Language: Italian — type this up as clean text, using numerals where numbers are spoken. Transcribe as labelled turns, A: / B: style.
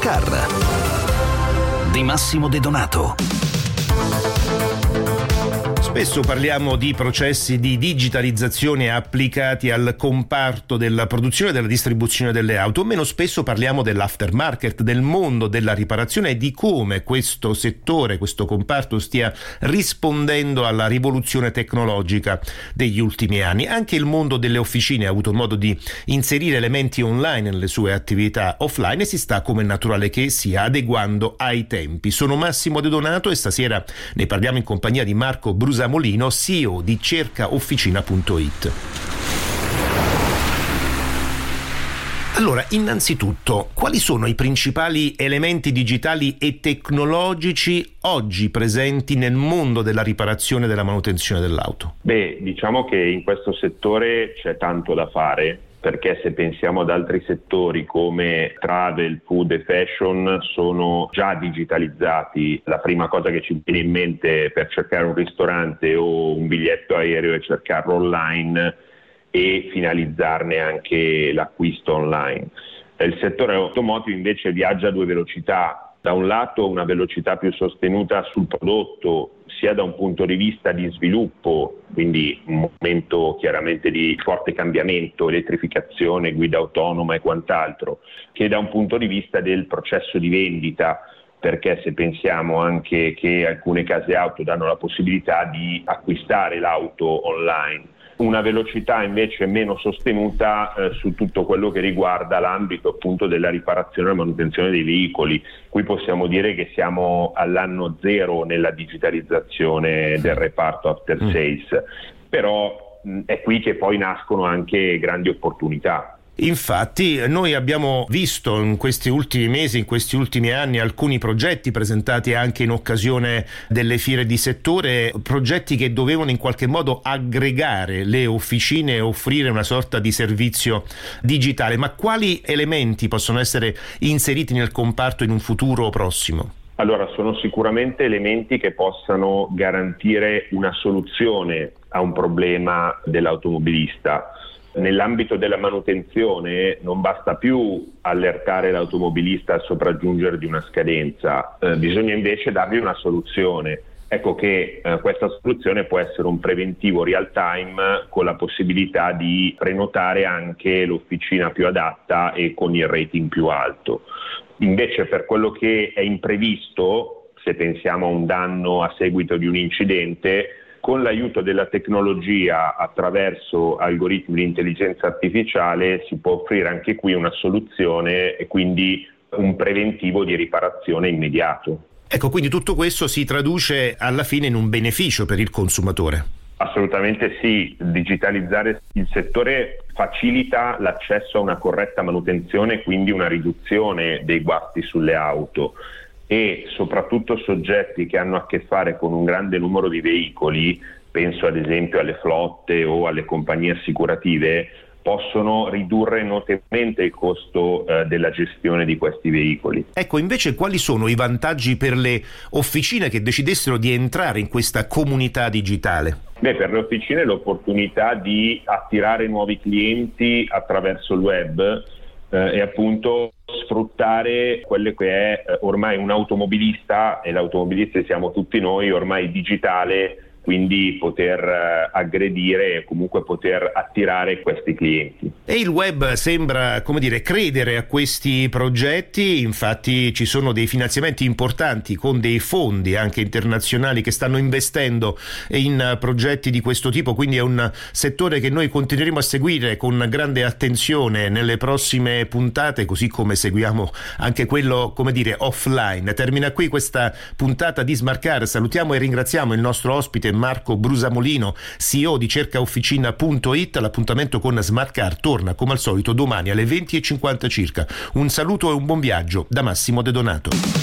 A: Car di Massimo De Donato.
B: Spesso parliamo di processi di digitalizzazione applicati al comparto della produzione e della distribuzione delle auto. Meno spesso parliamo dell'aftermarket, del mondo della riparazione e di come questo settore, questo comparto stia rispondendo alla rivoluzione tecnologica degli ultimi anni. Anche il mondo delle officine ha avuto modo di inserire elementi online nelle sue attività offline e si sta, come è naturale che sia, adeguando ai tempi. Sono Massimo De Donato e stasera ne parliamo in compagnia di Marco Brusamolino, CEO di cercaofficina.it. Allora, innanzitutto, quali sono i principali elementi digitali e tecnologici oggi presenti nel mondo della riparazione e della manutenzione dell'auto?
C: Diciamo che in questo settore c'è tanto da fare, perché se pensiamo ad altri settori come travel, food e fashion sono già digitalizzati. La prima cosa che ci viene in mente per cercare un ristorante o un biglietto aereo è cercarlo online e finalizzarne anche l'acquisto online. Il settore automotive invece viaggia a due velocità. Da un lato una velocità più sostenuta sul prodotto, sia da un punto di vista di sviluppo, quindi un momento chiaramente di forte cambiamento, elettrificazione, guida autonoma e quant'altro, che da un punto di vista del processo di vendita, perché se pensiamo anche che alcune case auto danno la possibilità di acquistare l'auto online. Una velocità invece meno sostenuta su tutto quello che riguarda l'ambito appunto della riparazione e manutenzione dei veicoli. Qui possiamo dire che siamo all'anno zero nella digitalizzazione del reparto after sales, però è qui che poi nascono anche grandi opportunità.
B: Infatti noi abbiamo visto in questi ultimi mesi, in questi ultimi anni, alcuni progetti presentati anche in occasione delle fiere di settore, progetti che dovevano in qualche modo aggregare le officine e offrire una sorta di servizio digitale. Ma quali elementi possono essere inseriti nel comparto in un futuro prossimo?
C: Allora, sono sicuramente elementi che possano garantire una soluzione a un problema dell'automobilista. Nell'ambito della manutenzione non basta più allertare l'automobilista al sopraggiungere di una scadenza, bisogna invece dargli una soluzione. Ecco che questa soluzione può essere un preventivo real time con la possibilità di prenotare anche l'officina più adatta e con il rating più alto. Invece per quello che è imprevisto, se pensiamo a un danno a seguito di un incidente, con l'aiuto della tecnologia attraverso algoritmi di intelligenza artificiale si può offrire anche qui una soluzione e quindi un preventivo di riparazione immediato.
B: Ecco, quindi tutto questo si traduce alla fine in un beneficio per il consumatore.
C: Assolutamente sì, digitalizzare il settore facilita l'accesso a una corretta manutenzione, quindi una riduzione dei guasti sulle auto. E soprattutto soggetti che hanno a che fare con un grande numero di veicoli, penso ad esempio alle flotte o alle compagnie assicurative, possono ridurre notevolmente il costo della gestione di questi veicoli.
B: Ecco, invece quali sono i vantaggi per le officine che decidessero di entrare in questa comunità digitale?
C: Per le officine l'opportunità di attirare nuovi clienti attraverso il web e appunto sfruttare quello che è ormai un automobilista, e l'automobilista siamo tutti noi, ormai digitale, quindi poter aggredire e comunque poter attirare questi clienti.
B: E il web sembra, come dire, credere a questi progetti, infatti ci sono dei finanziamenti importanti con dei fondi anche internazionali che stanno investendo in progetti di questo tipo, quindi è un settore che noi continueremo a seguire con grande attenzione nelle prossime puntate, così come seguiamo anche quello, come dire, offline. Termina qui questa puntata di Smart Car, salutiamo e ringraziamo il nostro ospite Marco Brusamolino, CEO di cercaofficina.it. L'appuntamento con Smart Car torna come al solito domani alle 20:50 circa. Un saluto e un buon viaggio da Massimo De Donato.